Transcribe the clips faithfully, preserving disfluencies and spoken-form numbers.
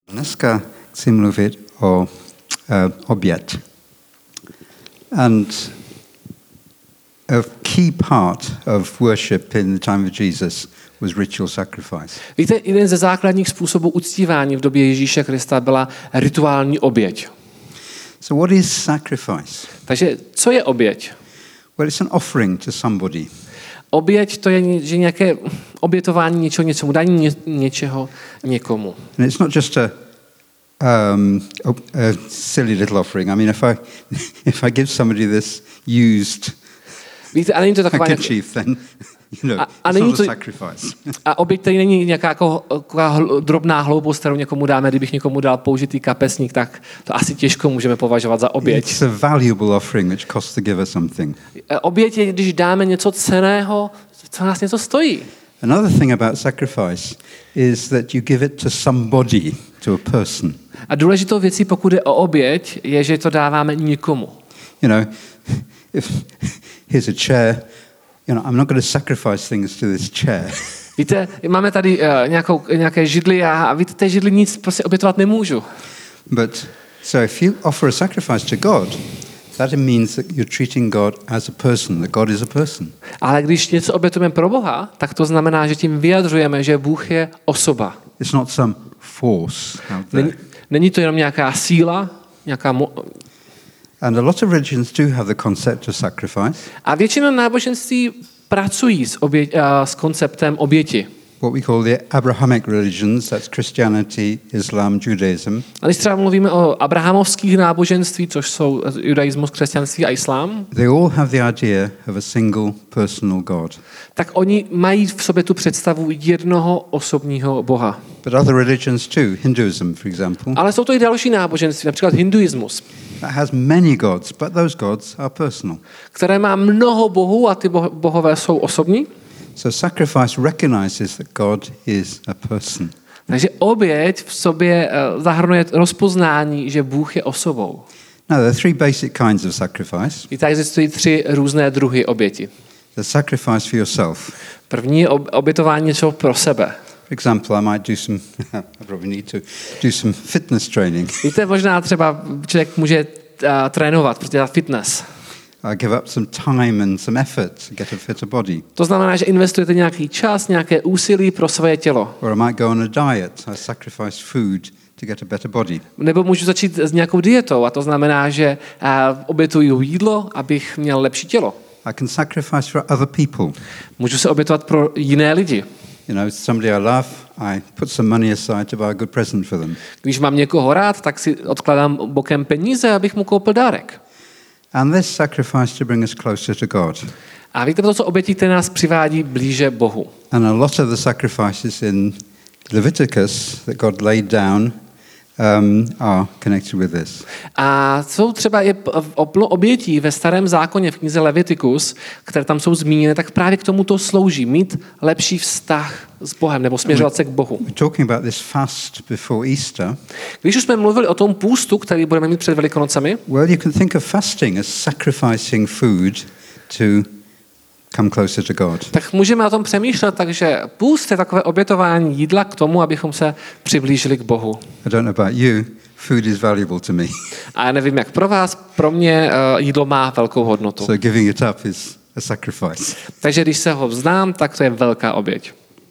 Dneska chci mluvit o uh, oběd. And a key part of worship in the time of Jesus was ritual sacrifice. Víte, jeden ze základních způsobů uctívání v době Ježíše Krista byla rituální oběť. So what is sacrifice? Takže co je oběť? Well, it's an offering to somebody. Oběť to je že nějaké obětování něčeho, něčemu, dání ně, něčeho někomu. And it's not just a, um, a, a silly little offering. I mean, if I, if I give somebody this used Víte, a není to taková handkerchief, then, you know, a, a it's not to, a sacrifice. A oběť tady není nějaká jako, jako drobná hloupost, kterou někomu dáme. Kdybych někomu dal použitý kapesník, tak to asi těžko můžeme považovat za oběť. It's a valuable offering which costs the giver something. Oběť je, když dáme něco cenného, co nás něco stojí. Another thing about sacrifice is that you give it to somebody, to a person. A důležitou věcí, pokud je o oběť, je, že to dáváme někomu. You know, if here's a chair, you know, I'm not going to sacrifice things to this chair. Víte, máme tady uh, nějakou, nějaké židli a, a víte, té židli nic prostě obětovat nemůžu. But so if you offer a sacrifice to God, that means that you're treating God as a person, that God is a person. Ale když něco obětujeme pro Boha, tak to znamená, že tím vyjadřujeme, že Bůh je osoba. It's not some force out there. Není, není to jenom nějaká síla, nějaká mo- And a lot of religions do have the concept of sacrifice. A většina náboženství pracují s, obě- uh, s konceptem oběti. What we call the Abrahamic religions, that's Christianity, Islam, Judaism. A když třeba mluvíme o abrahamovských náboženství, což jsou judaismus, křesťanství a islám, They all have the idea of a single personal God. tak oni mají v sobě tu představu jednoho osobního Boha. But other religions too, Hinduism, for example, Ale jsou to i další náboženství, například hinduismus, that has many gods, but those gods are personal. které má mnoho bohů a ty boh- bohové jsou osobní. So sacrifice recognizes that God is a person. Takže oběť v sobě uh, zahrnuje rozpoznání, že Bůh je osobou. Now, there are three basic kinds of sacrifice. I tak existují tři různé druhy oběti. The sacrifice for yourself. První je ob- obětování něčeho pro sebe. For example, I might do some, I probably need to do some fitness training. Víte, možná třeba člověk může uh, trénovat, protože dělat fitness. I give up some time and some effort to get a fitter body. To znamená, že investujete nějaký čas, nějaké úsilí pro svoje tělo. Or I might go on a diet. I sacrifice food to get a better body. Nebo můžu začít s nějakou dietou a to znamená, že uh, obětuju jídlo, abych měl lepší tělo. I can sacrifice for other people. Můžu se obětovat pro jiné lidi. You know, somebody I love, I put some money aside to buy a good present for them. Když mám někoho rád, tak si odkládám bokem peníze, abych mu koupil dárek. And this sacrifice to bring us closer to God. A víte, to, co obětí, které nás přivádí blíže Bohu. And a lot of the sacrifices in Leviticus that God laid down um, are connected with this. A jsou třeba je obětí ve Starém zákoně v knize Levitikus, které tam jsou zmíněny, tak právě k tomu to slouží. Mít lepší vztah s Bohem nebo směřovat se k Bohu. We're talking about this fast before Easter. Když už jsme mluvili o tom půstu, který budeme mít před Velikonocemi, Well, you can think of fasting as sacrificing food to come closer to God. tak můžeme o tom přemýšlet, takže půst je takové obětování jídla k tomu, abychom se přiblížili k Bohu. I don't know about you, food is valuable to me. A já nevím, jak pro vás, pro mě uh, jídlo má velkou hodnotu. So giving it up is a sacrifice. Takže když se ho vzdám, tak to je velká oběť.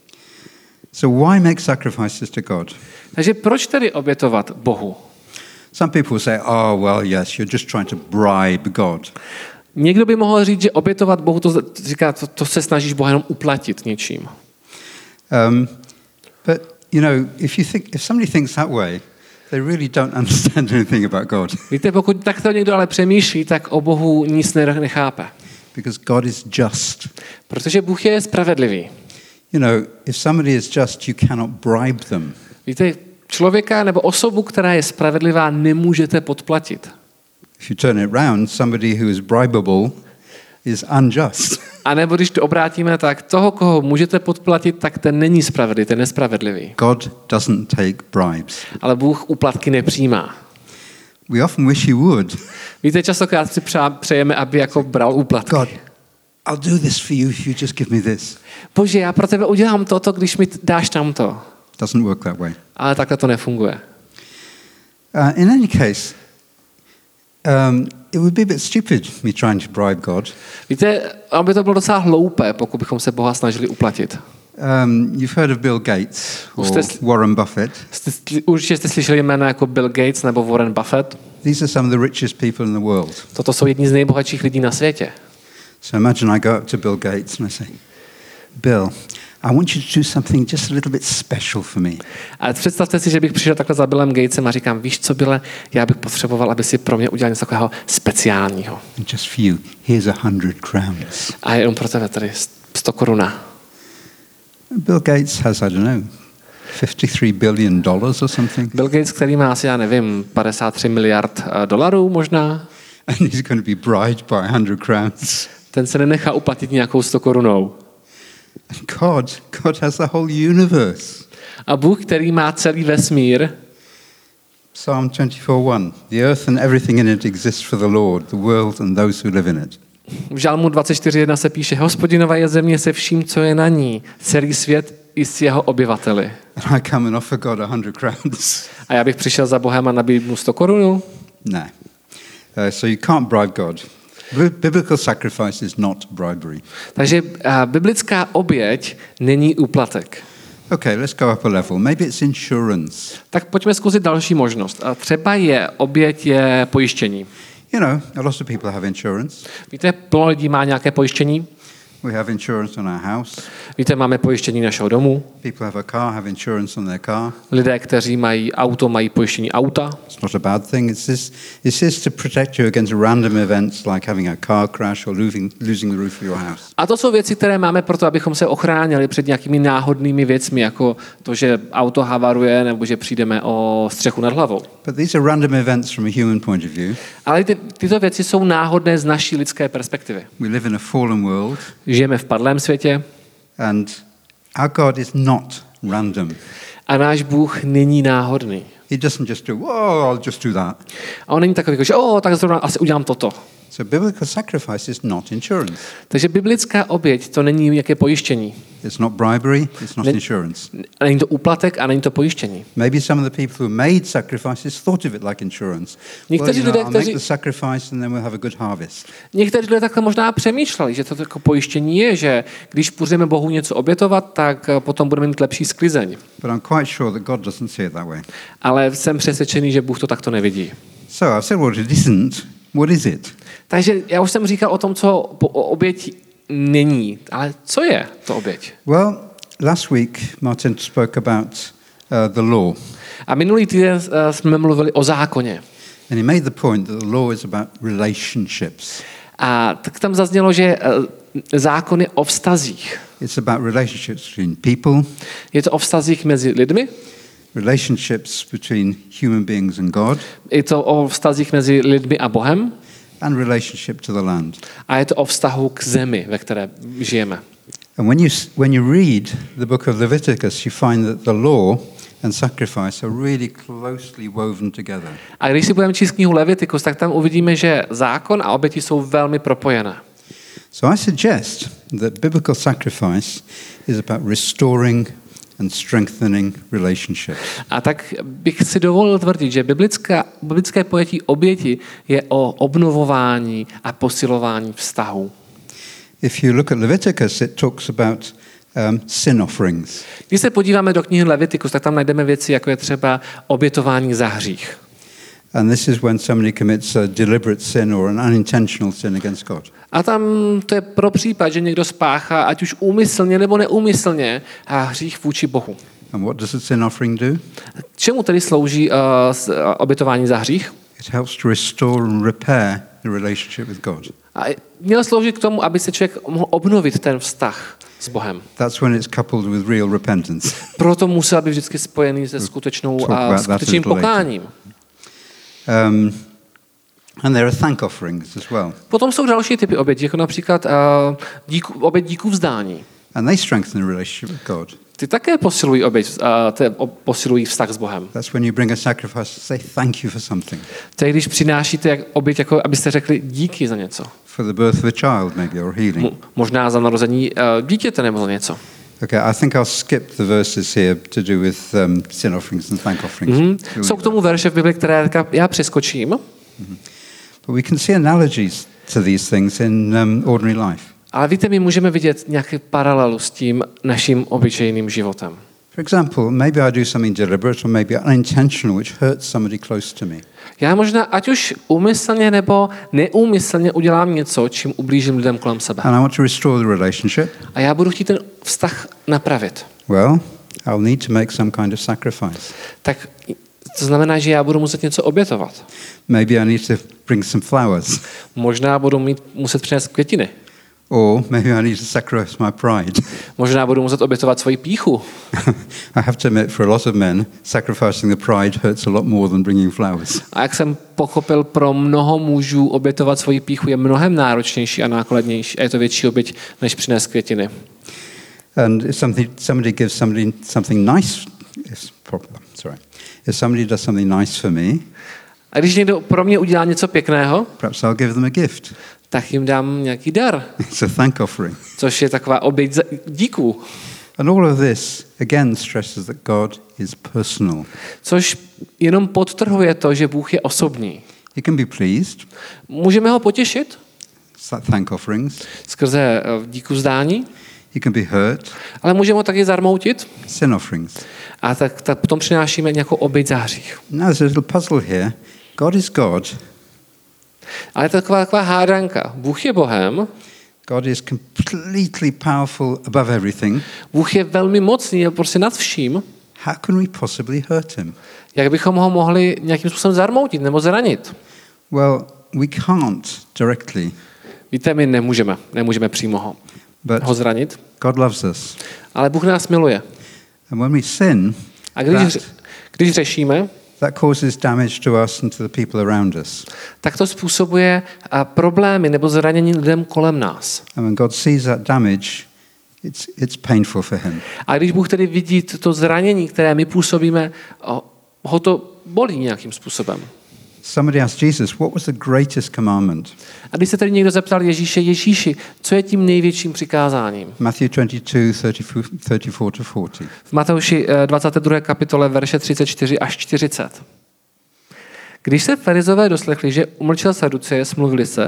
So why make sacrifices to God? Takže proč tedy obětovat Bohu? Some people say, oh, well, yes, you're just trying to bribe God. Někdo by mohl říct, že obětovat Bohu, to říká, to, to se snažíš Boha jenom uplatit něčím. Um, but, you know, if you think, if somebody thinks that way, they really don't understand anything about God. Víte, pokud takto někdo ale přemýšlí, tak o Bohu nic nechápe. Because God is just. Protože Bůh je spravedlivý. You know, if somebody is just, you cannot bribe them. Víte, člověka nebo osobu, která je spravedlivá, nemůžete podplatit. If you turn it round, somebody who is bribable is unjust. A nebo když to obrátíme, tak toho, koho můžete podplatit, tak ten není spravedlivý, ten je nespravedlivý. God doesn't take bribes. Ale Bůh úplatky nepřijímá. We often wish he would. Víte, častokrát si přejeme, aby jako bral úplatky. God, I'll do this for you if you just give me this. Bože, já pro tebe udělám toto, když mi dáš tamto. Doesn't work that way. Ale takhle to nefunguje. Uh, in any case, um, it would be a bit stupid me trying to bribe God. Víte, aby to bylo docela hloupé, pokud bychom se Boha snažili uplatit. Um, you've heard of Bill Gates or Už jste- Warren Buffett. Jste, určitě jste slyšeli jména jako Bill Gates nebo Warren Buffett. These are some of the richest people in the world. Toto jsou jedni z nejbohatších lidí na světě. So imagine I go up to Bill Gates and I say, Bill, I want you to do something just a little bit special for me. A představte si, že bych přišel takhle za Billem Gatesem a říkám, víš co, Bille, já bych potřeboval, aby si pro mě udělal něco takového speciálního. And just for you, here's a hundred crowns. A jenom pro tebe tady sto koruna. Bill Gates has, I don't know, fifty-three billion dollars or something. Bill Gates, který má asi, já nevím, padesát tři miliard eh, dolarů možná, And he's going to be bribed by a hundred crowns. ten se nenechá uplatit nějakou sto korunou. And God, God has the whole universe. A Bůh, který má celý vesmír, Psalm twenty-four one. The earth and everything in it exists for the Lord, the world and those who live in it. v Žalmu dvacet čtyři jedna se píše, Hospodinova je země se vším, co je na ní, celý svět i s jeho obyvateli. And I come and offer God a hundred crowns. A já bych přišel za Bohem a nabídl mu sto korun. No. Uh, so you can't bribe God. Bi- Biblical sacrifice is not bribery. Takže a, biblická oběť není úplatek. Okay, let's go up a level. Maybe it's insurance. Tak pojďme zkusit další možnost. A třeba je oběť je pojištění. You know, a lot of people have insurance. Víte, plno lidí má nějaké pojištění. We have insurance on our house. Víte, máme pojištění našeho domu. People have a car, have insurance on their car. Lidé, kteří mají auto, mají pojištění auta. It's not a bad thing. It's this, it's this to protect you against random events like having a car crash or losing, losing the roof of your house. A to jsou věci, které máme proto, abychom se ochránili před nějakými náhodnými věcmi, jako to, že auto havaruje nebo že přijdeme o střechu nad hlavou. But these are random events from a human point of view. Ale ty, tyto věci jsou náhodné z naší lidské perspektivy. We live in a fallen world, Žijeme v padlém světě and our God is not random. a náš Bůh není náhodný. He doesn't just do, oh, I'll just do that. A on není takový, jako, že o, tak zrovna asi udělám toto. So biblical sacrifice is not insurance. Takže biblická oběť to není nějaké pojištění. It's not bribery, it's not Ne- insurance. Není to úplatek a není to pojištění. Maybe some of the people who made sacrifices thought of it like insurance. Well, Někteří you know, lidé, I'll make kteří- the sacrifice and then we'll have a good harvest. Někteří lidé takhle možná přemýšleli, že to jako pojištění je, že když půjdeme Bohu něco obětovat, tak eh, potom budeme mít lepší sklizeň. But I'm quite sure that God doesn't see it that way. Ale jsem přesvědčený, že Bůh to takto nevidí. So I've said what it isn't. What is it? Takže já už jsem říkal o tom, co po- o oběť není. Ale co je to oběť? Well, last week Martin spoke about uh, the law. A minulý týden eh, jsme mluvili o zákoně. And he made the point that the law is about relationships. A tak tam zaznělo, že eh, zákon je o vztazích. It's about relationships between people, Je to o vztazích mezi lidmi, relationships between human beings and God, je to o vztazích mezi lidmi a Bohem and relationship to the land. a je to o vztahu k zemi, ve které žijeme. And when you, s- when you read the book of Leviticus, you find that the law and sacrifice are really closely woven together. A když si budeme číst knihu Levitikus, tak tam uvidíme, že zákon a oběti jsou velmi propojené. So I suggest that biblical sacrifice is about restoring and strengthening relationships. A tak bych si dovolil tvrdit, že biblická, biblické pojetí oběti je o obnovování a posilování vztahů. If you look at Leviticus, it talks about um, sin offerings. Když se podíváme do knihy Levitikus, tak tam najdeme věci, jako je třeba obětování za hřích. And this is when somebody commits a deliberate sin or an unintentional sin against God. A tam to je pro případ, že někdo spáchá, ať už úmyslně nebo neúmyslně, a hřích vůči Bohu. And what does a sin offering do? Čemu tedy slouží uh, s- uh, obětování za hřích? It helps to restore and repair the relationship with God. A měl sloužit k tomu, aby se člověk mohl obnovit ten vztah s Bohem. That's when it's coupled with real repentance. Proto musel být vždycky spojený se skutečnou Talk a about that a skutečným little later. pokáním. Um, and there are thank offerings as well. Potom jsou další typy obětí, jako například uh, díku, oběť díku vzdání. And they strengthen the relationship with God. Ty také posilují oběť, uh, ty o- posilují vztah s Bohem. That's when you bring a sacrifice to say thank you for something. To je, když přinášíte jak oběť, jako abyste řekli díky za něco. For the birth of a child, maybe, or healing. Mo- možná za narození uh, dítěte nebo za něco. Okay, I think I'll skip the verses here to do with um, sin offerings and thank offerings. Mm-hmm. Jsou k tomu verše v Bibli, které já přeskočím. Mm-hmm. But we can see analogies to these things in um, ordinary life. Ale víte, my můžeme vidět nějaký paralelu s tím naším obyčejným životem. For example, maybe I do something deliberate or maybe unintentional which hurts somebody close to me. Já možná ať už úmyslně nebo neúmyslně udělám něco, čím ublížím lidem kolem sebe. And I want to restore the relationship. A já budu chtít ten vztah napravit. Well, I'll need to make some kind of sacrifice. Tak to znamená, že já budu muset něco obětovat. Maybe I need to bring some flowers. Možná budu mít, muset přinést květiny. Or maybe I need to sacrifice my pride. Možná budu muset obětovat svoji pýchu. I have to admit, for a lot of men, sacrificing the pride hurts a lot more than bringing flowers. A jak jsem pochopil, pro mnoho mužů obětovat svoji pýchu je mnohem náročnější a nákladnější. A je to větší oběť, než přinést květiny. And if somebody, somebody gives somebody something nice, if, sorry, if somebody does something nice for me, a když někdo pro mě udělá něco pěkného, perhaps I'll give them a gift. Tak jim dám nějaký dar. It's a thank offering. Což je taková oběť díků. And all of this again stresses that God is personal. Což jenom podtrhuje to, že Bůh je osobní. He can be pleased. Můžeme ho potěšit Thank offerings. Skrze díku vzdání. He can be hurt. Ale můžeme ho taky zarmoutit. Sin offerings. A tak, tak potom přinášíme nějakou oběť za hřích. Now there's a little puzzle here. God is God. Ale je to taková, taková hádanka. Bůh je Bohem. God is completely powerful above everything. Bůh je velmi mocný, je prostě nad vším. How can we possibly hurt him? Jak bychom ho mohli nějakým způsobem zarmoutit nebo zranit? Well, we can't directly. Víte, my nemůžeme, nemůžeme přímo ho, But ho zranit. God loves us. Ale Bůh nás miluje. And when we sin, A když, that, když řešíme, that causes damage to us and to the people around us. tak to způsobuje problémy nebo zranění lidem kolem nás. And when God sees that damage, it's, it's painful for him. A když Bůh tedy vidí to zranění, které my působíme, ho to bolí nějakým způsobem. Somebody asked Jesus, what was the greatest commandment? A když se tedy někdo zeptal Ježíše, Ježíši, co je tím největším přikázáním? Matthew twenty-two, thirty-four to forty. V Matouši dvacáté druhé kapitole verše třicet čtyři až čtyřicet. Když se farizové doslechli, že umlčel Saduceje, smluvili se,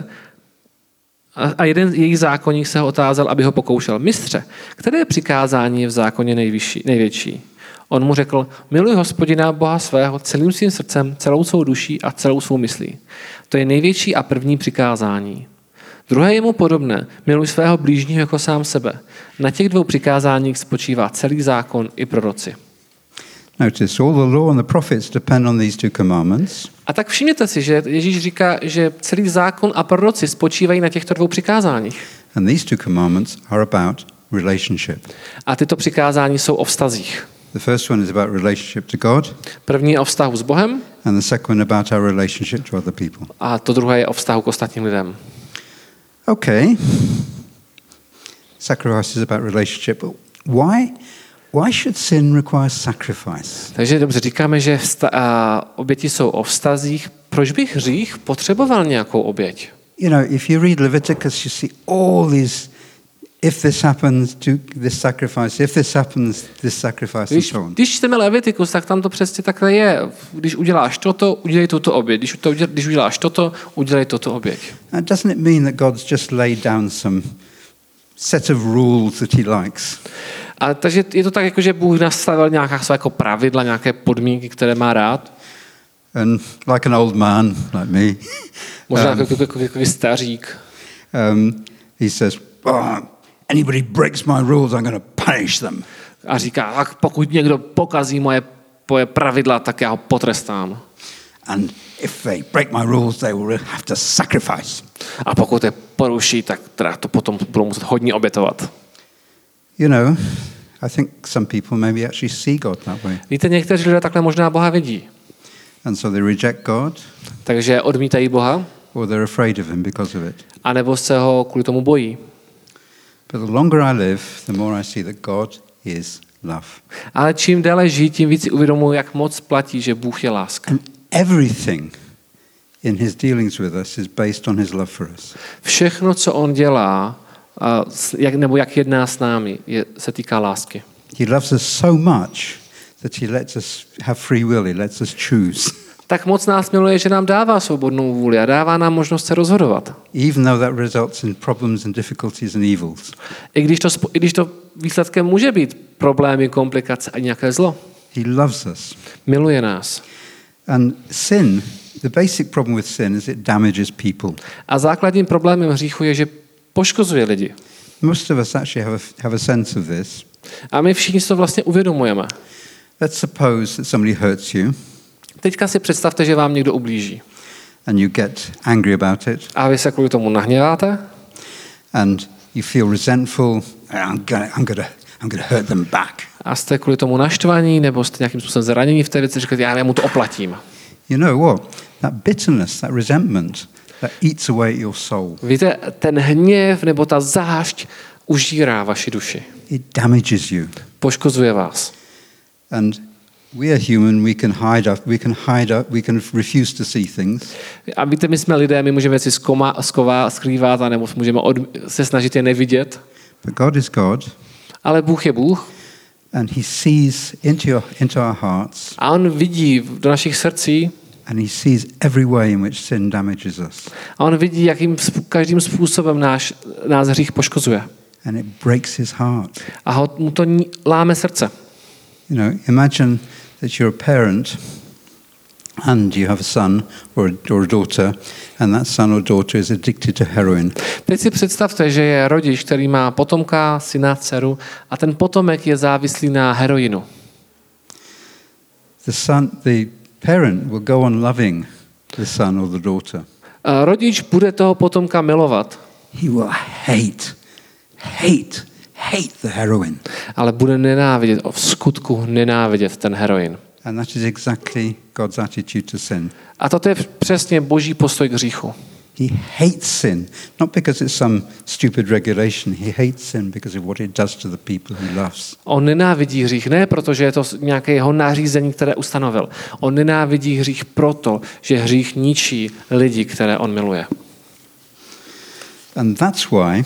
a jeden jejich zákonník se ho otázal, aby ho pokoušel. Mistře, které přikázání je v zákoně nejvyšší, největší? On mu řekl, miluj Hospodina Boha svého celým svým srdcem, celou svou duší a celou svou myslí. To je největší a první přikázání. Druhé je mu podobné, miluj svého blížního jako sám sebe. Na těch dvou přikázáních spočívá celý zákon i proroci. Notice, all the law and the prophets depend on these two commandments. A tak všimněte si, že Ježíš říká, že celý zákon a proroci spočívají na těchto dvou přikázáních. And these two commandments are about relationship. A tyto přikázání jsou o vztazích. The first one is about relationship to God. První je o vztahu s Bohem. And the second one about our relationship to other people. A to druhé je o vztahu k ostatním lidem. Okay. Sacrifice is about relationship. But why, why should sin require sacrifice? Takže dobře, říkáme, že vsta- a oběti jsou o vztazích. Proč bych hřích potřeboval nějakou oběť? You know, if you read Leviticus, you see all these, if this happens, do this sacrifice, if this happens, this sacrifice, and Když, so on. když čteme Levitikus, tak tam to přesně takhle je. Když uděláš toto, udělej tuto oběť. Když, to, když uděláš toto, udělej toto oběť. And doesn't it mean that God's just laid down some set of rules that he likes? A takže je to tak, jako, že Bůh nastavil nějaká svá jako pravidla, nějaké podmínky, které má rád. And like an old man, like me, Možná um, jako, jako, jako, jako stařík. um, he says, oh, anybody breaks my rules, I'm going to punish them. A říká, tak pokud někdo pokazí moje, moje pravidla, tak já ho potrestám. And if they break my rules, they will have to sacrifice. A pokud je poruší, tak teda to potom budou muset hodně obětovat. You know, I think some people maybe actually see God that way. Víte, někteří lidé takhle možná Boha vidí. And so they reject God, Takže odmítají Boha, or they're afraid of him because of it. anebo se ho kvůli tomu bojí. But the longer I live, the more I see that God is love. Ale čím déle žijí, tím víc si uvědomuji, jak moc platí, že Bůh je láska. And everything in his dealings with us is based on his love for us. Všechno, co on dělá, a s- jak, nebo jak jedná s námi, je, se týká lásky. He loves us so much that he lets us have free will, he lets us choose. Tak moc nás miluje, že nám dává svobodnou vůli a dává nám možnost se rozhodovat. Even though that results in problems and difficulties and evils. I když to, spo- i když to výsledkem může být problémy, komplikace a nějaké zlo. He loves us. Miluje nás. And sin, the basic problem with sin is it damages people. A základním problémem hříchu je, že poškozuje lidi. Most of us actually have a, have a sense of this. A my všichni si to vlastně uvědomujeme. Let's suppose that somebody hurts you Teďka si představte, že vám někdo ublíží. and you get angry about it A vy se kvůli tomu nahněváte and you feel resentful. I'm gonna, I'm gonna, I'm gonna hurt them back. a jste kvůli tomu naštvaní, nebo jste nějakým způsobem zranění v té věci, říkáte, já mu to oplatím. You know what? That bitterness, that resentment, that eats away at your soul. Víte, ten hněv nebo ta zášť užírá vaši duši. It damages you. Poškozuje vás. And we are human. We can hide up. We can hide up. We can refuse to see things. A víte, my jsme lidé, my můžeme věci skoma, sková, skrývat, nebo můžeme od, se snažit je nevidět. But God is God, Ale Bůh je Bůh and He sees into your, into our hearts, a on vidí do našich srdcí and He sees every way in which sin damages us, a on vidí, jakým spů- každým způsobem náš, nás hřích poškozuje. and it breaks His heart. A ho, mu to ní- láme srdce. You know, imagine that you're a parent, and you have a son or a, or a daughter, and that son or daughter is addicted to heroin. Teď si představte, že je rodič, který má potomka, syna, dceru a ten potomek je závislý na heroinu. The son, the parent will go on loving the son or the daughter. A rodič bude toho potomka milovat, He will hate, hate, hate the heroin. ale bude nenávidět, v skutku nenávidět ten heroin. And that is exactly God's attitude to sin. A toto je přesně boží postoj k hříchu. He hates sin, not because it's some stupid regulation. He hates sin because of what it does to the people he loves. On nenávidí hřích ne proto, že je to nějaké jeho nařízení, které ustanovil. On nenávidí hřích proto, že hřích ničí lidi, které on miluje. And that's why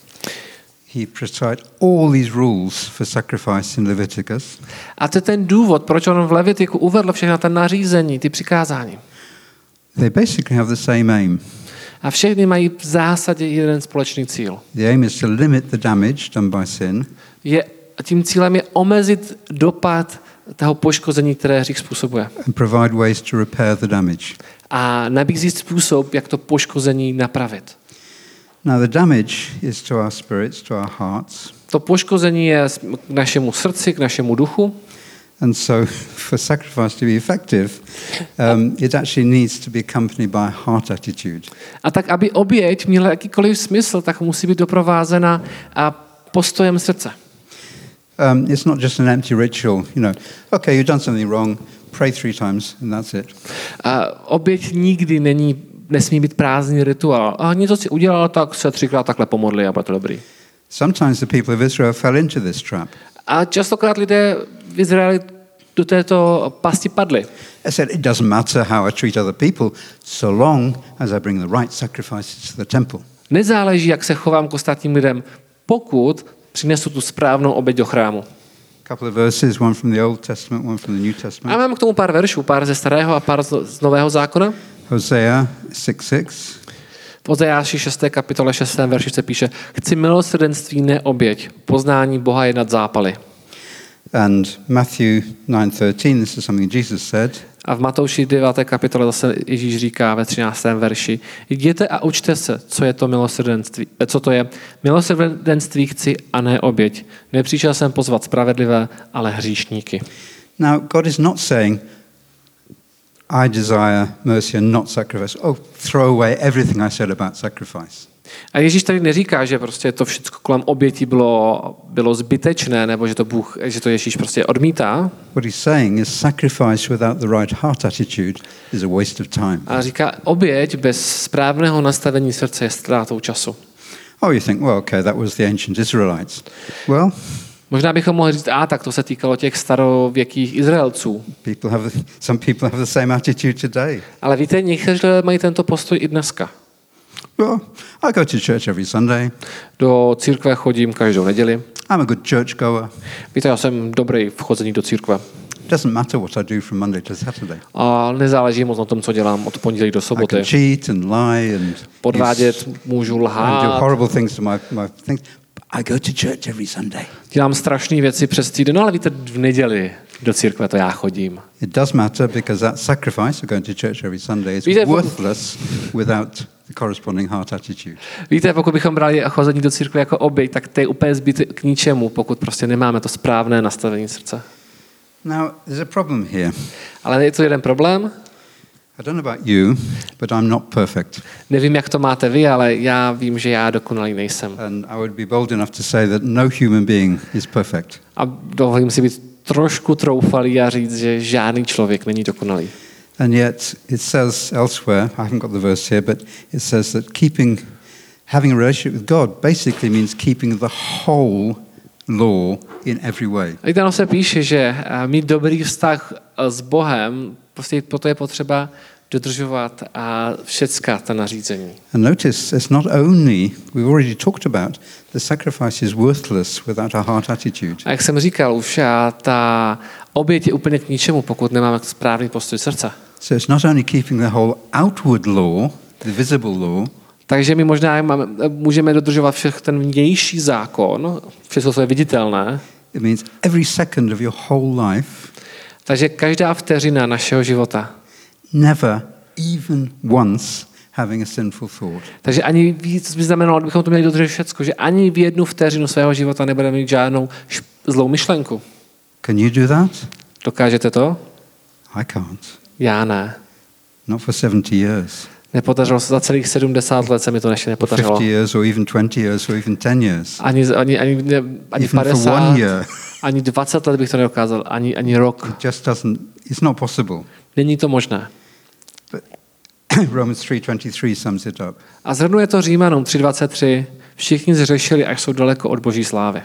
he prescribed all these rules for sacrifice in Leviticus. A to je ten důvod, proč on v Levitiku uvedl všechna ta nařízení, ty přikázání. They basically have the same aim. A všechny mají v zásadě jeden společný cíl. The aim is to limit the damage done by sin Je, tím cílem je omezit dopad toho poškození, které hřích způsobuje. and provide ways to repair the damage. A nabízí způsob, jak to poškození napravit. Now the damage is to our spirits, to our hearts. To poškození je k našemu srdci, k našemu duchu. And so for sacrifice to be effective, um, it actually needs to be accompanied by a heart attitude. A tak, aby oběť měla jakýkoliv smysl, tak musí být doprovázena a postojem srdce. Um, it's not just an empty ritual, you know, okay, you've done something wrong, pray three times and that's it. A oběť nikdy není, nesmí být prázdný rituál. A něco si udělal, tak se třikrát takhle pomodli a bude to dobrý. Sometimes the people of Israel fell into this trap. A častokrát lidé v Izraeli do této pasti padli. I said, it doesn't matter how I treat other people, so long as I bring the right sacrifices to the temple. Nezáleží, jak se chovám k ostatním lidem, pokud přinesu tu správnou oběť do chrámu. A couple of verses, one from the Old Testament, one from the New A Testament. mám k tomu pár veršů, pár ze starého a pár z nového zákona. Hosea six six. V Ozeáši šesté kapitole šestém verši se píše: Chci milosrdenství, ne oběť, poznání Boha je nad zápaly. And Matthew nine thirteen, this is something Jesus said. A v Matouši deváté kapitole zase Ježíš říká ve třináctém verši: Jděte a učte se, co je to milosrdenství. Co to je? Milosrdenství chci a ne oběť. Nepřišel jsem pozvat spravedlivé, ale hříšníky. Now, God is not saying, I desire mercy and not sacrifice. Oh, throw away everything I said about sacrifice. A Ježíš tady neříká, že prostě to všechno kolem obětí bylo, bylo zbytečné, nebo že to, Bůh, že to Ježíš prostě odmítá. What he's saying is sacrifice without the right heart attitude is a waste of time. A říká, oběť bez správného nastavení srdce je ztrátou času. Oh, you think, well, okay, that was the ancient Israelites. Well, Možná bychom mohli říct, a tak to se týkalo těch starověkých Izraelců. people have the, some people have the same attitude today. Ale víte, někteří mají tento postoj i dneska. Well, I go to church every Sunday. Do církve chodím každou neděli. I'm a good church goer. Víte, já jsem dobrý v chození do církve. Doesn't matter what I do from Monday to Saturday. A nezáleží moc na tom, co dělám od pondělí do I soboty. can cheat and lie and Podvádět, můžu and do lhát. horrible things to my, my things. I go to church every Sunday. Dělám strašné věci přes týden, no ale víte, v neděli do církve to já chodím. It does matter because that sacrifice of going to church every Sunday is Víte, worthless without the corresponding heart attitude. Víte, pokud bychom brali chození do církve jako oběť, tak to je úplně zbyt k ničemu, pokud prostě nemáme to správné nastavení srdce. Now, there's a problem here. Ale je to jeden problém. I don't know about you, but I'm not perfect. Nevím, jak to máte vy, ale já vím, že já dokonalý nejsem. And I would be bold enough to say that no human being is perfect. A dovolím si být trošku troufalý a říct, že žádný člověk není dokonalý. And yet it says elsewhere, I haven't got the verse here, but it says that keeping, having a relationship with God basically means keeping the whole law in every way. A tam se píše, že mít dobrý vztah s Bohem, prostě proto je potřeba dodržovat a všecká ta nařízení. And notice it's not only, we've already talked about, the sacrifice is worthless without a heart attitude. A jak jsem říkal už, a ta oběť je úplně k ničemu, pokud nemáme správný postoj srdce. So it's not only keeping the whole outward law, the visible law, Takže my možná máme, můžeme dodržovat všech ten vnější zákon, všechno, co je viditelné. it means every second of your whole life, Takže každá vteřina našeho života. never even once having a sinful thought. Takže ani víc by znamenalo, kdybychom to měli dodržet všecko, že ani v jednu vteřinu svého života nebudeme mít žádnou šp- zlou myšlenku. Can you do that? Dokážete to? I can't. Já ne. Not for seventy years. Nepodařilo se za celých sedmdesát let, se mi to ještě Or nepodařilo. fifty years, or even twenty years, or even ten years. Ani, ani, ani, ne, ani Even for padesát, one year. ani dvacet let bych to nedokázal, ani, ani rok. It just doesn't, it's not possible. Není to možné. Romans three twenty-three sums it up. A zhrnuje to Římanům tři dvacet tři. Všichni zřešili, až jsou daleko od Boží slávy.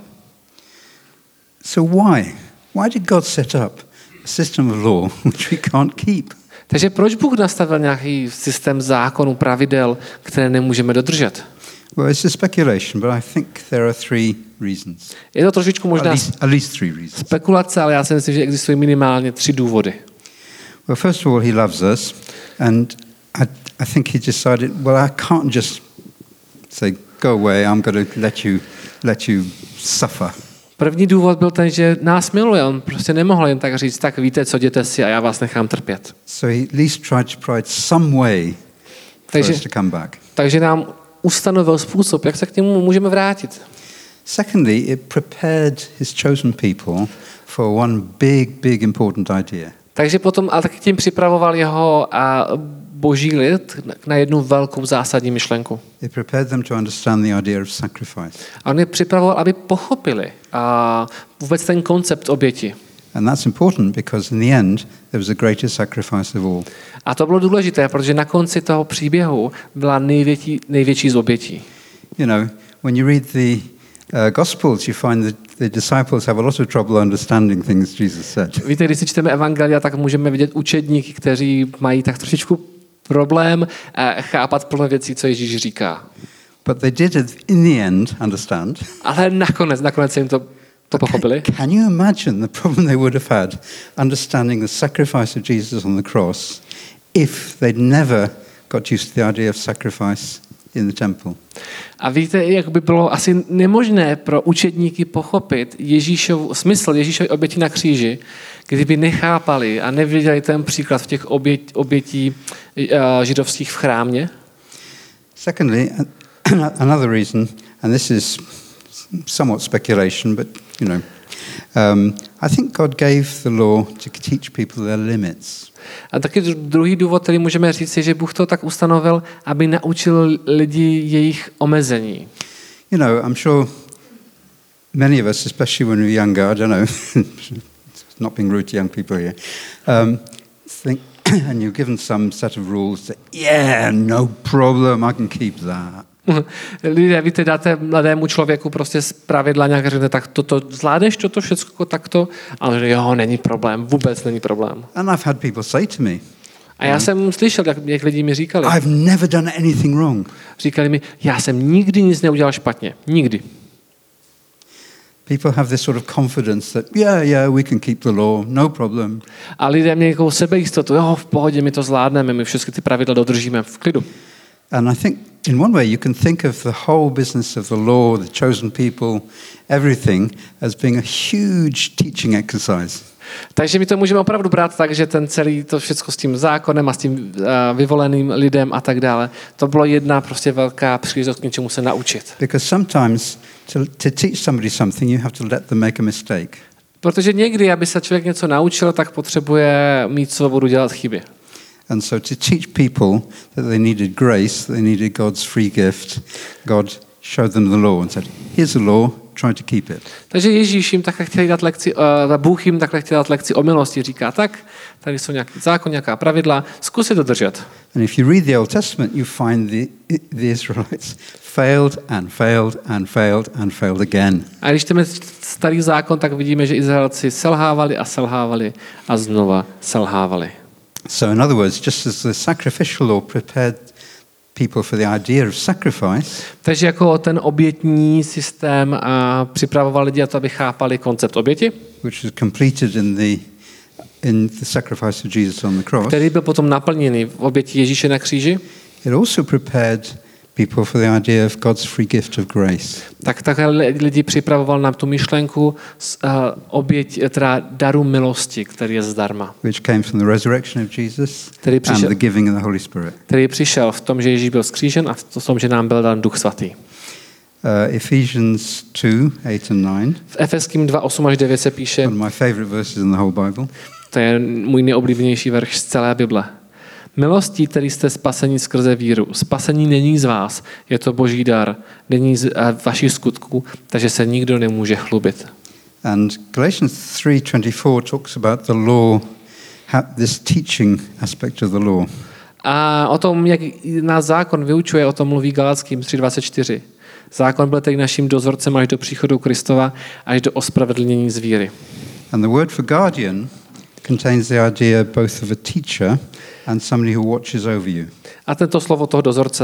So why? Why did God set up a system of law which we can't keep? Takže proč Bůh nastavil nějaký systém zákonů, pravidel, které nemůžeme dodržet? Well, it's a speculation, but I think there are three reasons. Je to trošičku At možná least, at least three reasons. spekulace, ale já si myslím, že existují minimálně tři důvody. Well, first of all, he loves us, and I, I think he decided, well, I can't just say, go away, I'm going to let you, let you suffer. První důvod byl ten, že nás miluje. On prostě nemohl jen tak říct, tak víte, co, jděte si a já vás nechám trpět. So he at least tried to provide some way for Takže, us to come back. takže nám ustanovil způsob, jak se k němu můžeme vrátit. Secondly, it prepared his chosen people for one big, big important idea. Takže potom, ale taky tím připravoval jeho a boží lid na jednu velkou zásadní myšlenku. It prepared them to understand the idea of sacrifice. A on je připravoval, aby pochopili a vůbec ten koncept oběti. And that's important because in the end, there was the greatest sacrifice of all. A to bylo důležité, protože na konci toho příběhu byla největší, největší z obětí. You know, when you read the uh, Gospels, you find that the disciples have a lot of trouble understanding things Jesus said. Víte, když si čteme evangelia, tak můžeme vidět učedníky, kteří mají tak trošičku problém chápat plno věcí, co Ježíš říká. But they did it in the end understand. Ale nakonec, nakonec se jim to, to pochopili. Can you imagine the problem they would have had understanding the sacrifice of Jesus on the cross if they'd never got used to the idea of sacrifice in the temple? A víte, jak by bylo asi nemožné pro učedníky pochopit Ježíšov, smysl Ježíšovy oběti na kříži, kdyby nechápali a neviděli ten příklad v těch obět, obětí uh, židovských v chrámě. Secondly, another reason, and this is somewhat speculation, but you know, um, I think God gave the law to teach people their limits. A taky druhý důvod, který můžeme říct, je, že Bůh to tak ustanovil, aby naučil lidi jejich omezení. You know, I'm sure many of us, especially when we were younger, I don't know, not being rude to young people here, um, think, and you're given some set of rules that, yeah, no problem, I can keep that. Lidé, víte, dáte mladému člověku prostě z pravidla nějak řekne, tak toto, zvládneš toto všechno takto? A on říká, jo, není problém, vůbec není problém. And I've had people say to me, A já jsem slyšel, jak, jak lidi mi říkali. I've never done anything wrong. Říkali mi, já jsem nikdy nic neudělal špatně. Nikdy. People have this sort of confidence that, yeah, yeah, we can keep the law, no problem. A lidé měli takovou sebejistotu, jo, v pohodě, my to zvládneme, my všechny ty pravidla dodržíme v klidu. And I think in one way you can think of the whole business of the law, the chosen people, everything as being a huge teaching exercise. Takže my to můžeme opravdu brát tak, že ten celý to všechno s tím zákonem a s tím uh, vyvoleným lidem a tak dále, to bylo jedna prostě velká příležitost k něčemu se naučit. Because sometimes to, to teach somebody something, you have to let them make a mistake. Protože někdy, aby se člověk něco naučil, tak potřebuje mít svobodu dělat chyby. And so to teach people that they needed grace, they needed God's free gift, God showed them the law and said, here's the law, try to keep it. Takže Ježíš jim takhle chtěl dát lekci, uh, Bůh jim takhle chtěl dát lekci o milosti. Říká, tak, tady jsou nějaký zákon, nějaká pravidla, zkus je dodržet. And if you read the Old Testament, you find the, the Israelites failed and failed and failed and failed again. A když čteme starý zákon, tak vidíme, že Izraelci selhávali a selhávali a znova selhávali. So in other words, just as the sacrificial law prepared people for the idea of sacrifice, Takže jako ten obětní systém a připravoval lidi, aby chápali koncept oběti, which was completed in the in the sacrifice of Jesus on the cross, který byl potom naplněný v oběti Ježíše na kříži, it also prepared people for the idea of God's free gift of grace. tak takhle lidi připravoval na tu myšlenku uh, oběť, teda daru milosti, který je zdarma. Which came from the resurrection of Jesus Který and přišel, the giving of the Holy Spirit. který přišel v tom, že Ježíš byl zkřížen a v tom, že nám byl dán Duch Svatý. Uh, Ephesians two, eight and nine. V Efeským dva, osm až devět se píše, One of my favorite verses in the whole Bible. to je můj nejoblíbenější verš z celé Bible. Milostí, který jste spasení skrze víru. Spasení není z vás, je to boží dar, není z vašich skutků, takže se nikdo nemůže chlubit. And Galatians three twenty-four talks about the law, this teaching aspect of the law. A o tom, jak nás zákon vyučuje, o tom mluví Galatským tři dvacet čtyři. Zákon byl tedy naším dozorcem až do příchodu Kristova, až do ospravedlnění z víry. And the word for guardian contains the idea both of a teacher and somebody who watches over you. A tento slovo toho dozorce,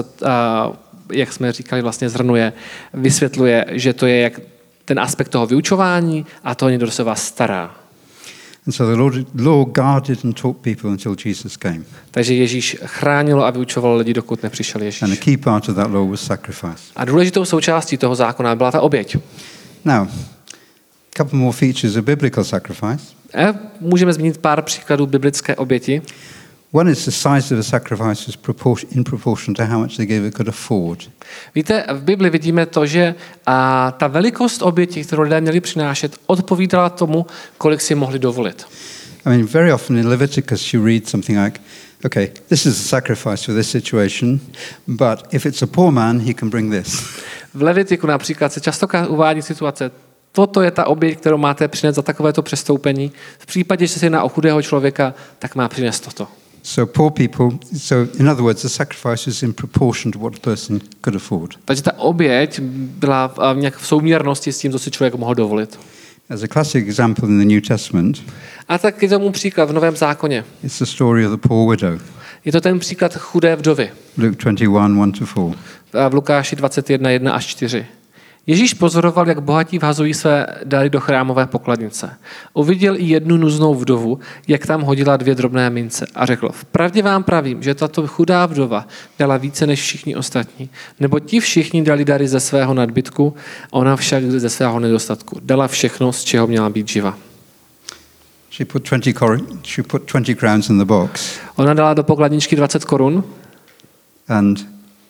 jak jsme říkali, vlastně zhrnuje, vysvětluje, že to je jak ten aspekt toho vyučování a toho někdo, kdo se vás stará. And so the Lord, Lord guarded and taught people until Jesus came. Takže Ježíš chránil a vyučoval lidi, dokud nepřišel Ježíš. And a key part of that law was sacrifice. A důležitou součástí toho zákona byla ta oběť. Now, a couple more features of biblical sacrifice. A můžeme zmínit pár příkladů biblické oběti. One is the size of the sacrifice was propor- in proportion to how much the giver could afford. Víte, v Bibli vidíme to, že a, ta velikost oběti, kterou lidé měli přinášet, odpovídala tomu, kolik si mohli dovolit. I mean, very often in Leviticus you read something like, okay, this is a sacrifice for this situation, but if it's a poor man, he can bring this. V Levitiku například se často uvádí situace, toto je ta oběť, kterou máte přinést za takovéto přestoupení. V případě, že se jedná o chudého člověka, tak má přinést toto. So poor people, so in other words, the sacrifice is in proportion to what the person could afford. Takže ta oběť byla v nějak v souměrnosti s tím, co si člověk mohl dovolit. As a classic example in the New Testament, A tak je tomu příklad v Novém zákoně. it's the story of the poor widow. Je to ten příklad chudé vdovy. Luke twenty-one, one to four. V Lukáši dvacet jedna, jedna až čtyři. Ježíš pozoroval, jak bohatí vhazují své dary do chrámové pokladnice. Uviděl i jednu nuznou vdovu, jak tam hodila dvě drobné mince a řekl, vpravdě vám pravím, že tato chudá vdova dala více než všichni ostatní, nebo ti všichni dali dary ze svého nadbytku, ona však ze svého nedostatku. Dala všechno, z čeho měla být živa. She put twenty cor- she put twenty crowns in the box, Ona dala do pokladničky dvacet korun. and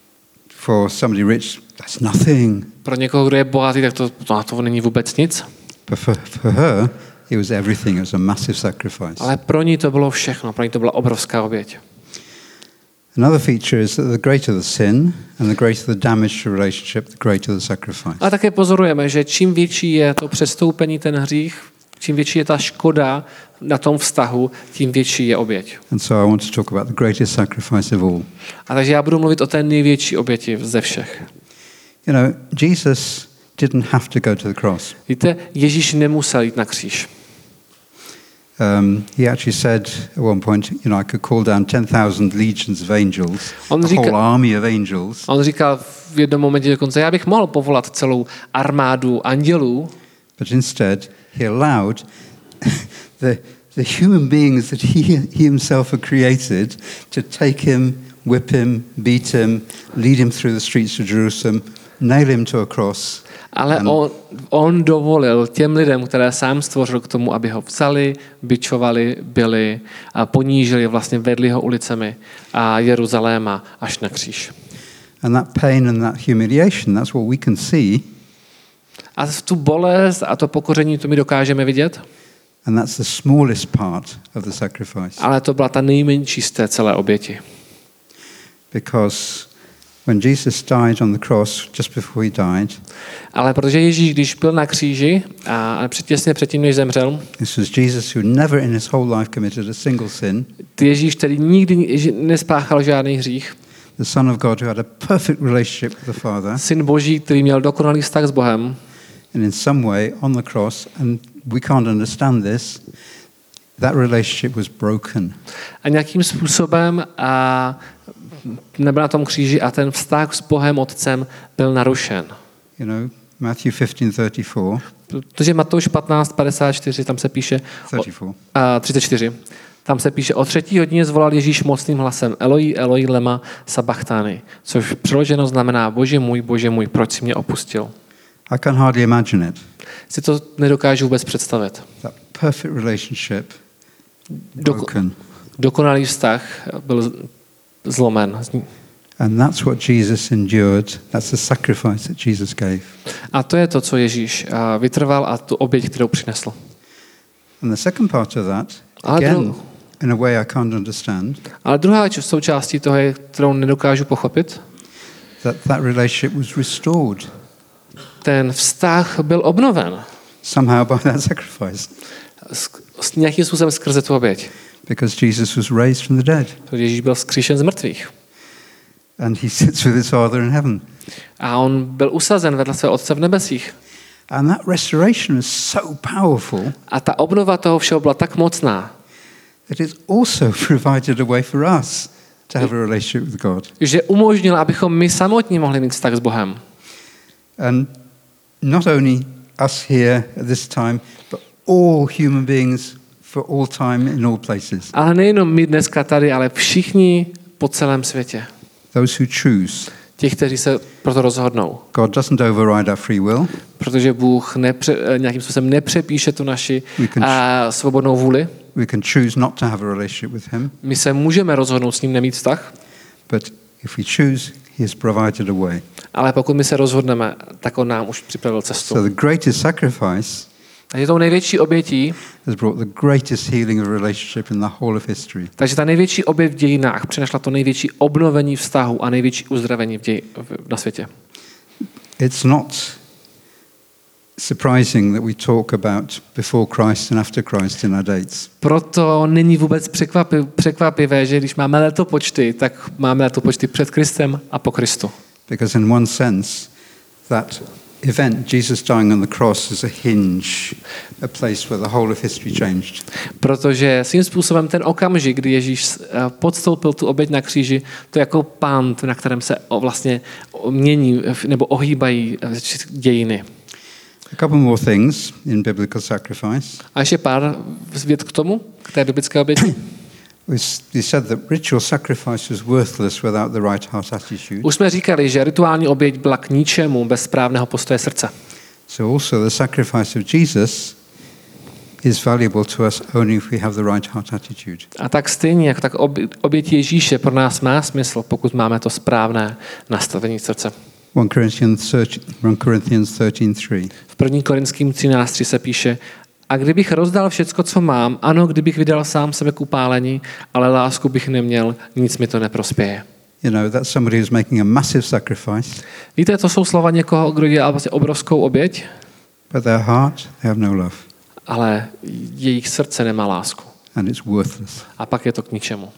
for somebody rich, that's nothing. Pro někoho, kdo je bohatý, tak to, to, to není vůbec nic. But for, for her, it was everything. It was a massive sacrifice. Ale pro ní to bylo všechno, pro ní to byla obrovská oběť. Another feature is that the greater the sin and the greater the damage to a relationship, the greater the sacrifice. A také pozorujeme, že čím větší je to přestoupení, ten hřích, čím větší je ta škoda na tom vztahu, tím větší je oběť. And so I want to talk about the greatest sacrifice of all. A takže já budu mluvit o té největší oběti ze všech. You know, Jesus didn't have to go to the cross. Víte, Ježíš nemusel jít na kříž. Um, he actually said at one point, you know, I could call down ten thousand legions of angels, On a říká- whole army of angels, On říkal v jednom momentě dokonce, já bych mohl povolat celou armádu andělů, but instead he allowed the, the human beings that he, he himself had created to take him, whip him, beat him, lead him through the streets of Jerusalem, nail him to a cross. ale And- on, on dovolil těm lidem, které sám stvořil k tomu, aby ho vzali, bičovali, byli a ponížili, vlastně vedli ho ulicemi a Jeruzaléma až na kříž. And that pain and that humiliation, that's what we can see, A tu bolest a to pokoření, to my dokážeme vidět, and that's the smallest part of the sacrifice. ale to byla ta nejmenší z té celé oběti. Because when Jesus died on the cross, just before he died, Ale protože Ježíš, když byl na kříži a před- těsně předtím, než zemřel, this was Jesus who never in his whole life committed a single sin, Ježíš, který nikdy nespáchal žádný hřích, the Son of God who had a perfect relationship with the Father, Syn Boží, který měl dokonalý vztah s Bohem, and in some way on the cross, and we can't understand this, that relationship was broken. a nějakým způsobem a nebyl na tom kříži a ten vztah s Bohem Otcem byl narušen. You know, Matthew fifteen thirty-four, Protože Matouš patnáct padesát čtyři, tam se píše, o, thirty-four. a třicet čtyři, tam se píše, o třetí hodině zvolal Ježíš mocným hlasem Eloi, Eloi, lema sabachthani, což přeloženo znamená Bože můj, Bože můj, proč jsi mě opustil. I can hardly imagine it. Si to nedokážu vůbec představit. That perfect relationship Doko- broken. dokonalý vztah byl z- zlomen. And that's what Jesus endured. That's the sacrifice that Jesus gave. A to je to, co Ježíš a, vytrval a tu oběť, kterou přinesl. And the second part of that, Ale again, dru- in a way I can't understand, Ale druhá č- součástí toho, je, kterou nedokážu pochopit, that that relationship was restored ten vztah byl obnoven somehow by that sacrifice. s, s nějakým způsobem skrze tu oběť. Because Jesus was raised from the dead. Protože Ježíš byl vzkříšen z mrtvých. And he sits with his Father in heaven. A on byl usazen vedle svého Otce v nebesích. And that restoration is so powerful A ta obnova toho všeho byla tak mocná, that it's also provided a way for us to have a relationship with God. že umožnil, abychom my samotní mohli mít vztah s Bohem. And not only us here at this time, but all human beings for all time in all places. Ale nejenom my dneska tady, ale všichni po celém světě. Those who choose. Těch, kteří se proto rozhodnou. God doesn't override our free will. Protože Bůh nepře, nějakým způsobem nepřepíše tu naši We can a, svobodnou vůli. We can choose not to have a relationship with him, My se můžeme rozhodnout s ním nemít vztah, but if we choose, he has provided a way. ale pokud my se rozhodneme, tak on nám už připravil cestu. So the greatest sacrifice Takže tou největší obětí, has brought the greatest healing of a relationship in the whole of history. takže ta největší oběť v dějinách přinesla to největší obnovení vztahu a největší uzdravení v děj, v, na světě. It's not surprising that we talk about before Christ and after Christ in our dates. Proto není vůbec překvapi, překvapivé, že když máme letopočty, tak máme letopočty před Kristem a po Kristu. Because in one sense, that event, Jesus dying on the cross, is a hinge, a place where the whole of history changed. Protože svým způsobem ten okamžik, kdy Ježíš podstoupil tu oběť na kříži, to je jako pant, na kterém se vlastně mění nebo ohýbají dějiny. A couple more things in biblical sacrifice. A ještě pár vět k tomu, k té biblické oběti. We said that ritual sacrifice was worthless without the right heart attitude. Už jsme říkali, že rituální oběť byla k ničemu bez správného postoje srdce. So also the sacrifice of Jesus is valuable to us only if we have the right heart attitude. A tak stejně, jako tak oběť Ježíše pro nás má smysl, pokud máme to správné nastavení srdce. First Corinthians thirteen three. V první Korinským třináct tři se píše: A kdybych rozdal všecko, co mám, ano, kdybych vydal sám sebe k upálení, ale lásku bych neměl, nic mi to neprospěje. You know, that's somebody who's making a massive sacrifice. Víte, to jsou slova někoho, kdo dělá vlastně obrovskou oběť, But their heart, they have no love. ale jejich srdce nemá lásku. And it's worthless. A pak je to k ničemu.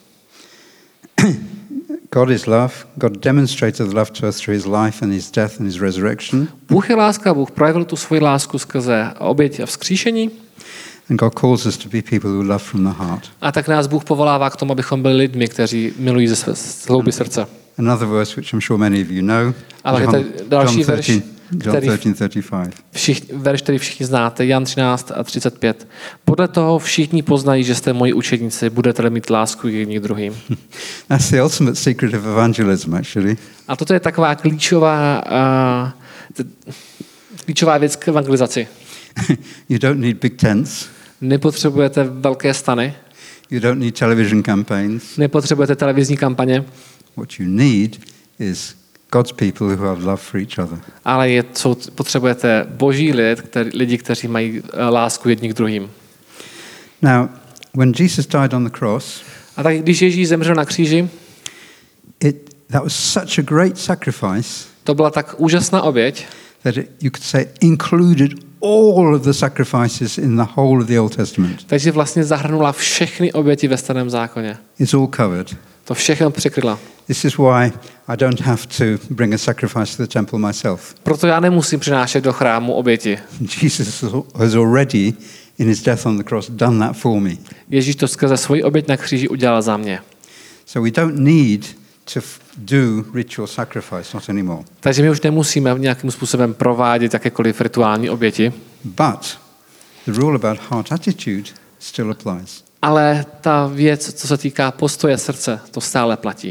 God is love. God demonstrated love to us through his life and his death and his resurrection. Bůh je láska, Bůh projevil tu svoji lásku skrze oběť a vzkříšení. And God calls us to be people who love from the heart. A tak nás Bůh povolává k tomu, abychom byli lidmi, kteří milují ze své z hloubi srdce. Another verse which I'm sure many of you know. Ale John, je to další John verš, thirteen, John který, thirteen thirty-five. všich, verš, který všichni znáte, Jan třináct a třicet pět. Podle toho všichni poznají, že jste moji učedníci, budete mít lásku jedni k druhým. That's the ultimate secret of evangelism, actually. A toto je taková klíčová, uh, klíčová věc k evangelizaci. You don't need big tents. Nepotřebujete velké stany, You don't need television campaigns. nepotřebujete televizní kampaně, What you need is God's people who have love for each other. ale je, jsou, potřebujete boží lid, který, lidi, kteří mají uh, lásku jedni k druhým. Now, when Jesus died on the cross, A tak když Ježíš zemřel na kříži, it, that was such a great sacrifice to byla tak úžasná oběť, that it, you could say included all of the sacrifices in the whole of the Old Testament. takže vlastně zahrnula všechny oběti ve Starém zákoně. It's all covered. To všechno překryla. This is why I don't have to bring a sacrifice to the temple myself. Proto já nemusím přinášet do chrámu oběti. Jesus has already, in his death on the cross, done that for me. Ježíš to skrze svoji oběť na kříži udělal za mě. So we don't need to f- do ritual sacrifice, not anymore. Takže my už nemusíme nějakým způsobem provádět jakékoliv rituální oběti, But the rule about heart attitude still applies. ale ta věc, co se týká postoje srdce, to stále platí.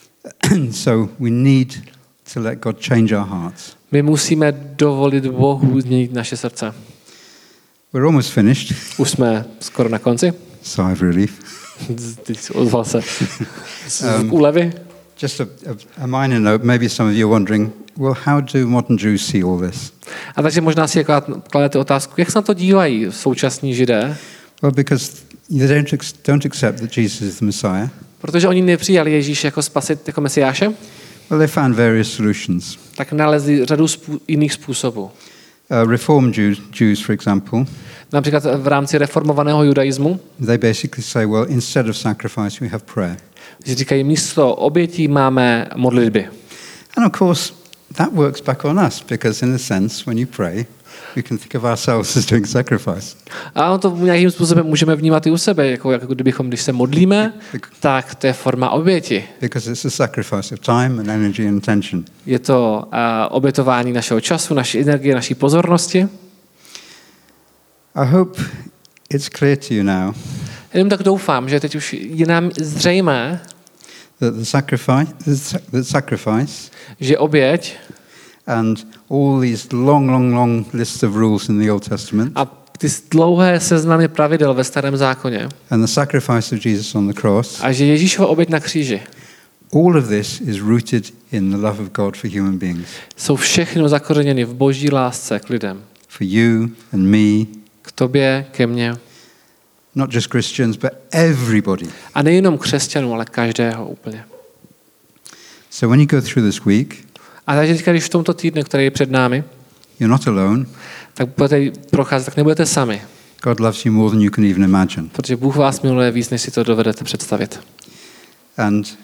So we need to let God change our hearts. My musíme dovolit Bohu změnit naše srdce. We're almost finished. Už jsme skoro na konci. Sigh of relief. Teď ozval se z Um, úlevy. Just a, a, a minor note, maybe some of you are wondering, well, how do modern Jews see all this? A takže možná si kladete otázku, jak se na to dívají současní Židé, Well, because they don't, ex- don't accept that Jesus is the Messiah. protože oni nepřijali Ježíše jako spasit, jako Mesiáše, Well, they found various solutions. tak nalezli řadu spů- jiných způsobů. Uh, Reformed Jews, Jews, for example, Například v rámci reformovaného judaismu, they basically say, well, instead of sacrifice, we have prayer. že říkají, místo obětí máme modlitby. And of course, that works back on us, because in a sense, when you pray, we can think of ourselves as doing sacrifice. A ono to nějakým způsobem můžeme vnímat i u sebe, jako, jako kdybychom, když se modlíme, tak to je forma oběti. Because it's a sacrifice of time and energy and attention. Je to uh, obětování našeho času, naší energie, naší pozornosti. I hope it's clear to you now Jenom tak doufám, že teď už je nám zřejmé, that the sacrifice, the sa- the sacrifice že oběť and all these long, long, long lists of rules in the Old Testament a ty dlouhé seznamy pravidel ve Starém zákoně and the sacrifice of Jesus on the cross, a že Ježíšova oběť na kříži all of this is rooted in the love of God for human beings, jsou všechno zakořeněny v boží lásce k lidem. for you and me, K tobě, ke mně. not just Christians, but everybody. A nejenom křesťanů, ale každého úplně. So when you go through this week, A takže teďka, když v tomto týdnu, který je před námi, you're not alone. tak budete procházet, tak nebudete sami. God loves you more than you can even imagine. Protože Bůh vás miluje víc, než si to dovedete představit. And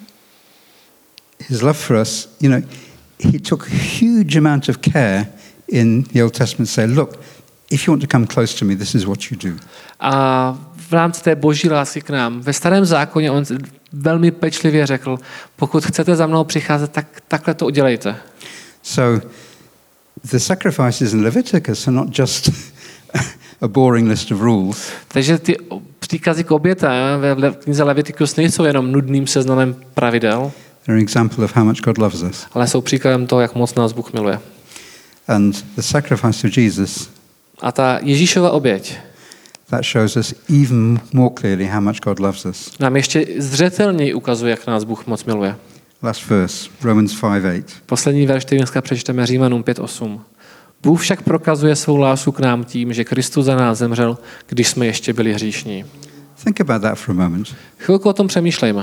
his love for us, you know, he took huge amount of care in the Old Testament to say, look, if you want to come close to me, this is what you do. A v rámci té boží lásky k nám, ve Starém zákoně on velmi pečlivě řekl, pokud chcete za mnou přicházet, tak takhle to udělejte. So the sacrifices in Leviticus are not just a boring list of rules. Takže ty příkazy k obětem ve knize Leviticus nejsou jenom nudným seznamem pravidel, They're an example of how much God loves us. ale jsou příkladem toho, jak moc nás Bůh miluje. And the sacrifice of Jesus, A ta Ježíšova oběť that shows us even more clearly how much God loves us. nám ještě zřetelněji ukazuje, jak nás Bůh moc miluje. Last verse, Romans five eight. Poslední verš, který dneska přečteme, Římanům pět osm. Bůh však prokazuje svou lásku k nám tím, že Kristus za nás zemřel, když jsme ještě byli hříšní. Think about that for a moment. Chvilku o tom přemýšlejme.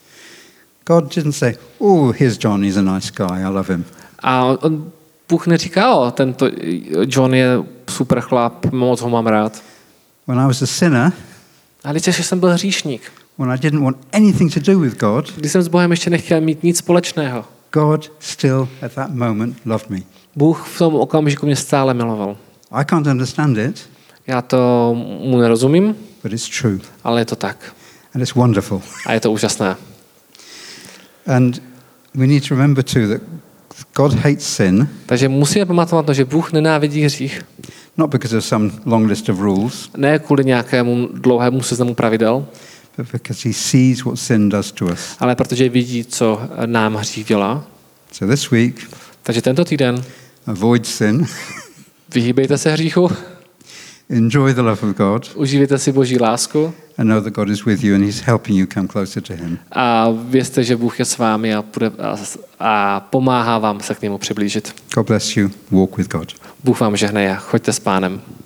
God didn't say, oh, here's John, he's a nice guy, I love him. A on, Bůh neříká, o, tento John je super chlap, moc ho mám rád. When I was a sinner, Ale když jsem byl hříšník, when I didn't want anything to do with God, když jsem s Bohem ještě nechtěl mít nic společného, God still at that moment loved me. Bůh v tom okamžiku mě stále miloval. I can't understand it, Já to mu nerozumím, but it's true. ale je to tak. And it's wonderful. A je to úžasné. And we need to remember too that God hates sin, Takže musíme pamatovat to, že Bůh nenávidí hřích. not because of some long list of rules, Ne kvůli nějakému dlouhému seznamu pravidel, but because he sees what sin does to us. ale protože vidí, co nám hřích dělá. So this week, Takže tento týden avoid sin, vyhýbejte se hříchu, enjoy the love of God, užívejte si Boží lásku and know that God is with you and he's helping you come closer to him. a vězte, že Bůh je s vámi a, bude, a, a pomáhá vám se k němu přiblížit. God bless you. Walk with God. Bůh vám žehnej a choďte s Pánem.